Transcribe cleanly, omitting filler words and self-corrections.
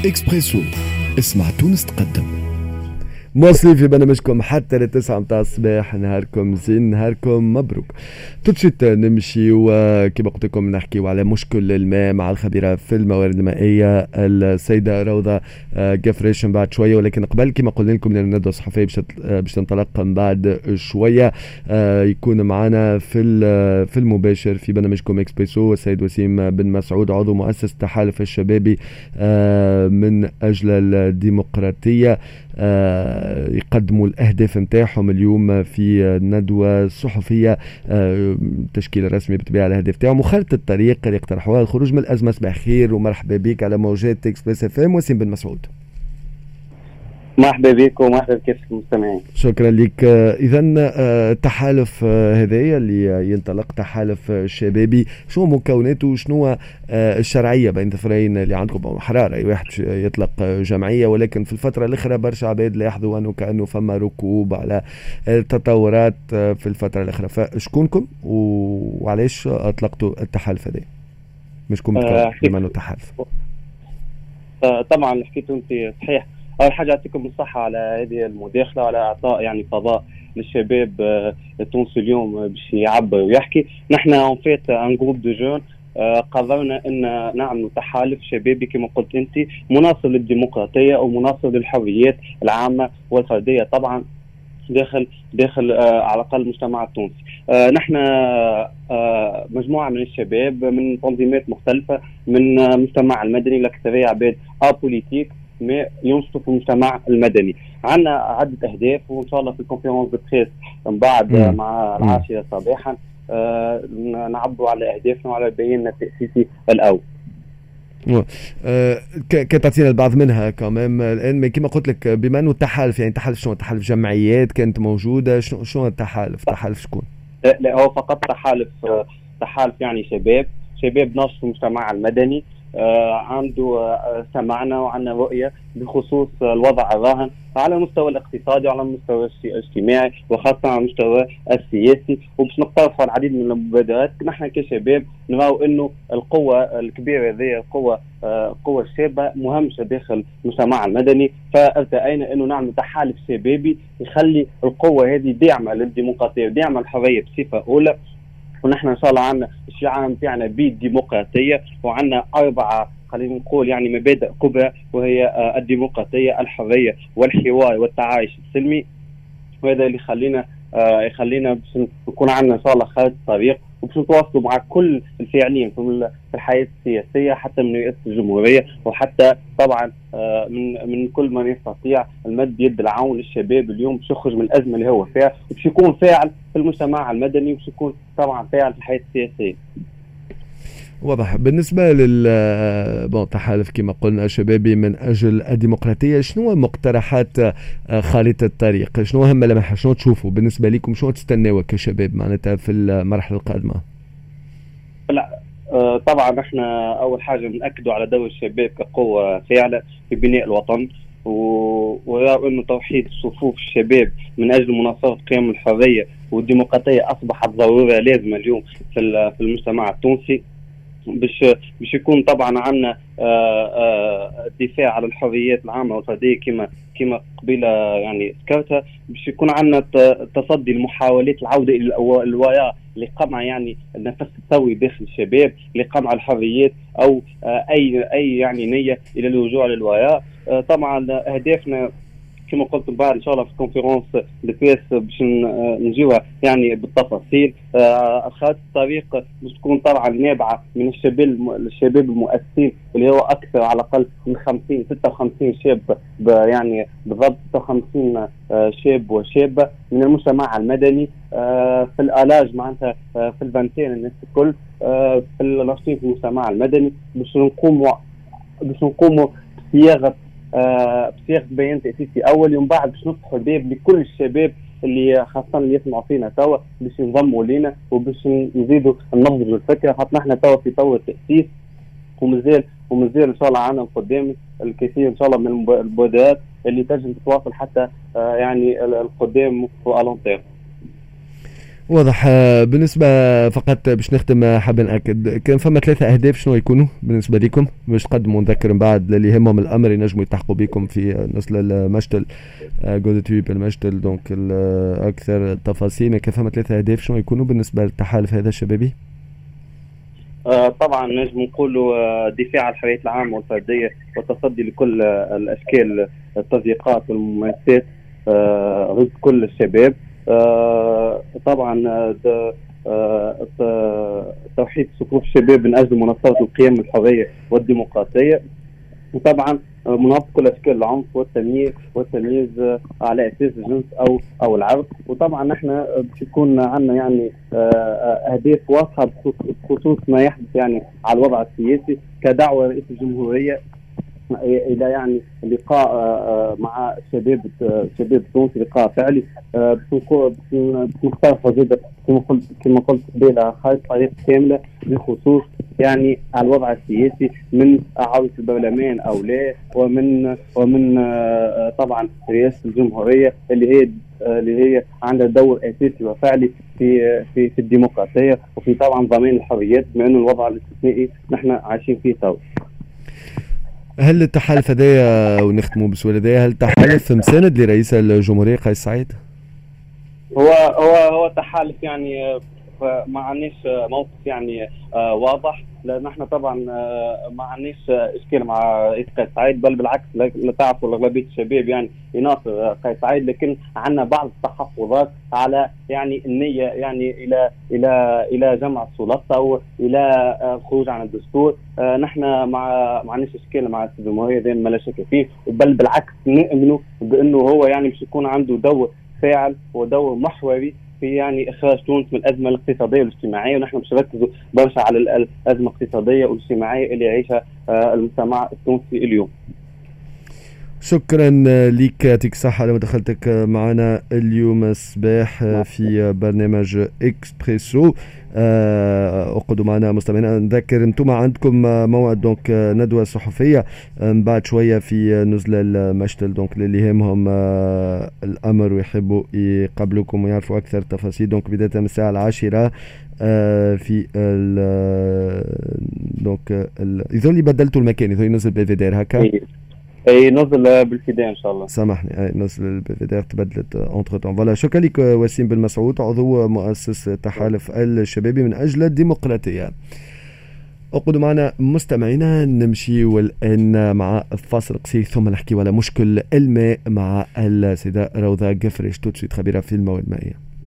إكسبريسو، اسمع تونس تقدم. مواصلين في برنامجكم حتى للتسعة متاع الصباح. نهاركم زين، نهاركم مبروك. تنشيط نمشي وكما قلت لكم نحكيو على مشكل الماء مع الخبيرة في الموارد المائية السيدة روضة قفريش من بعد شوية، ولكن قبل كما قلنا لكم لأن الندوة الصحفية باش تنطلق من بعد شوية. يكون معنا في المباشر في برنامجكم اكسبريسو السيد وسيم بن مسعود، عضو مؤسس التحالف الشبابي من أجل الديمقراطية. يقدموا الأهداف نتاعهم اليوم في ندوة صحفية، تشكيل رسمي بتبيع الأهداف تاعهم وخارطة الطريق اللي اقترحوها الخروج من الأزمة. صباح خير ومرحبا بك على موجات اكسبريس اف ام. وسيم بن مسعود، مرحبا بكم ومرحبا بكافة المستمعين. شكرا لك. اذا التحالف هذايا اللي ينطلق تحالف شبابي، شنو مكوناته وشنو الشرعيه بين الظفرين اللي عندكم؟ حراره اي واحد يطلق جمعيه، ولكن في الفتره الاخيره برشا عباد لاحظوا انه كانه فما ركوب على التطورات في الفتره االاخيره. فشكونكم وعلاش اطلقتوا التحالف هذا؟ مشكون بما انه تحالف؟ طبعا اللي حكيته انت صحيح. اول حاجه يعطيكم الصحه على هذه المداخله وعلى اعطاء يعني فضاء للشباب التونسي اليوم باش يعبر ويحكي. نحن اون فيت ان جروب دو جون قررنا ان نعمل تحالف شبابي كما قلت انت، مناصر للديمقراطيه ومناصر للحريات العامه والفرديه طبعا داخل على الاقل المجتمع التونسي. نحن مجموعه من الشباب من تنظيمات مختلفه من المجتمع المدني، الاكثريه عباد بوليتيك ما ينشطوا في المجتمع المدني. عندنا عده اهداف وان شاء الله في الكونفرنس دو بريس من بعد مع 10 صباحا نعبروا على اهدافنا وعلى بياننا التاسيسي الاول. كتعطينا البعض منها كمان الان. كما قلت لك بما انه التحالف يعني تحالف شنو؟ تحالف جمعيات كانت موجوده؟ شنو التحالف؟ تحالف شكون؟ لا هو فقط تحالف يعني شباب نشط في المجتمع المدني. عنده سمعنا وعندنا رؤية بخصوص الوضع الراهن على المستوى الاقتصادي وعلى المستوى الاجتماعي وخاصة على المستوى السياسي، وباش نقترح العديد من المبادرات. نحن كشباب نراو انه القوة الكبيرة هذه القوة الشابة مهمشة داخل المجتمع المدني، فارتأينا انه نعمل تحالف شبابي يخلي القوة هذه داعمة للديمقراطية وداعمة الحرية بصفة أولى. ونحن ان شاء الله عندنا الشعار نتاعنا بالديمقراطيه، وعندنا 4 خلينا نقول يعني مبادئ كبرى، وهي الديمقراطيه، الحريه والحوار والتعايش السلمي. وهذا اللي يخلينا باش نكون عندنا ان شاء الله خارطة طريق، وباش نتواصلوا مع كل الفاعلين في الحياه السياسيه، حتى من رئاسه الجمهوريه وحتى طبعا من كل من يستطيع المد يد العون للشباب اليوم باش يخرج من الازمه اللي هو فيها، وباش يكون فاعل في المجتمع المدني، وباش يكون طبعا فاعل في الحياه السياسيه. واضح. بالنسبة تحالف كما قلنا شبابي من أجل الديمقراطية، شنو مقترحات خارطة الطريق؟ شنو أهم ملامحها؟ شنو تشوفوا بالنسبة لكم؟ شنو تستناوا كشباب معناتها في المرحلة القادمة؟ لا طبعا احنا أول حاجة بنأكدوا على دور الشباب كقوة فاعلة في بناء الوطن، ويرى أنه توحيد صفوف الشباب من أجل مناصرة قيم الحرية والديمقراطية أصبحت ضرورة لازمة اليوم في المجتمع التونسي. باش يكون طبعا عندنا الدفاع على الحريات العامه والفرديه كما قبيله يعني ذكرتها. باش يكون عندنا تصدي لمحاولات العوده الى الوعي لقمع يعني النفس الثوري داخل الشباب لقمع الحريات او اي يعني نيه الى الرجوع للوعي. طبعا اهدافنا كما قلت بعد ان شاء الله في الكونفرنس البريس باش نجيوها يعني بالتفاصيل. خارطة الطريق باش تكون طبعا نابعه من الشباب المؤسسين اللي هو اكثر على الاقل من 56 شاب، يعني بالضبط 56 شاب وشابه من المجتمع المدني في الالاج معناتها في البنتين الناس الكل في الناشطين في المجتمع المدني، باش نقوموا بصياغه بيان تأسيسي أول، ومن بعد باش نفتحوا الباب لكل الشباب اللي خاصة اللي يسمعوا فينا توا باش ينضموا لينا وباش نزيدوا ننضجوا الفكرة، خاطر نحن توا في طور التأسيس ومازال إن شاء الله عنا قدام الكثير إن شاء الله من المبادرات اللي تجم تتواصل حتى يعني القدام والألونتير. واضح. بالنسبة فقط باش نختم، حاب نأكد كان فما 3 أهداف شنو يكونوا بالنسبة لكم باش تقدموا نذكر من بعد اللي يهمهم الأمر ينجموا يلتحقوا بكم في نصل المشتل جودتويب المشتل. دونك أكثر التفاصيل كان فما 3 أهداف شنو يكونوا بالنسبة للتحالف هذا الشبابي؟ طبعا نجم نقولوا دفاع عن الحريات العامة والفردية والتصدي لكل الأشكال التضييقات والممارسات ضد كل الشباب. طبعا توحيد صفوف الشباب من أجل مناصرة القيم الحرية والديمقراطية، وطبعا مناصرة كل أشكال العنف والتمييز على أساس الجنس أو العرق. وطبعا نحن بيكون عندنا يعني أهداف واضحة بخصوص ما يحدث يعني على الوضع السياسي، كدعوة رئيس الجمهورية الى يعني لقاء مع الشباب التونسي، لقاء فعلي نختار وزير كما قلت قبيله خارطه طريق كامله بخصوص يعني على الوضع السياسي من عودة البرلمان او لا، ومن طبعا رئاسه الجمهوريه اللي هي عندها دور اساسي وفعلي في الديمقراطيه وفي طبعا ضمان الحريات، بما انه الوضع الاستثنائي نحن عايشين فيه تو. هل التحالف هذايا ونختموا بسؤال هذايا، هل التحالف مساند لرئيس الجمهورية قيس سعيد؟ هو تحالف يعني ما عندناش موقف يعني واضح، لان احنا طبعا ما عندناش اشكال مع رئيس قيس سعيد، بل بالعكس لا تعرفوا اغلبيه الشباب يعني يناصر قيس سعيد، لكن عندنا بعض التحفظات على يعني النيه يعني الى جمع السلطه او الى الخروج عن الدستور. نحن ما عندناش اشكال مع الجمهوريه دائما ما لا شك فيه، بل بالعكس نؤمن بانه هو يعني مش يكون عنده دور فاعل ودور محوري في يعني اخراج تونس من الازمه الاقتصاديه والاجتماعيه، ونحن مش نركزوا برشا على الازمه الاقتصاديه والاجتماعيه اللي يعيشها المجتمع التونسي اليوم. شكرا لك، يعطيك الصحة على مداخلتك معنا اليوم الصباح في برنامج اكسبريسو. اقعدوا معنا مستمعينا، نذكر انتم عندكم موعد دونك ندوة صحفية من بعد شوية في نزلة المشتل، دونك اللي يهمهم الامر ويحبوا يقابلوكم ويعرفوا اكثر تفاصيل، دونك بداية من الساعة 10 في دونك يظل بدلتوا المكان، يظل ينزل بفيدير هكا. اي نزل بالفداء ان شاء الله. سامحني، نزل بالفداء تبدلت اونتر تون. فوالا، شكرا لك وسيم بن مسعود، عضو مؤسس تحالف الشبابي من اجل الديمقراطيه. اقعدوا معنا مستمعينا، نمشي والان مع فاصل قصير ثم نحكي على مشكل الماء مع السيدة روضة قفرش توتسويت خبيرة في المواد المائية.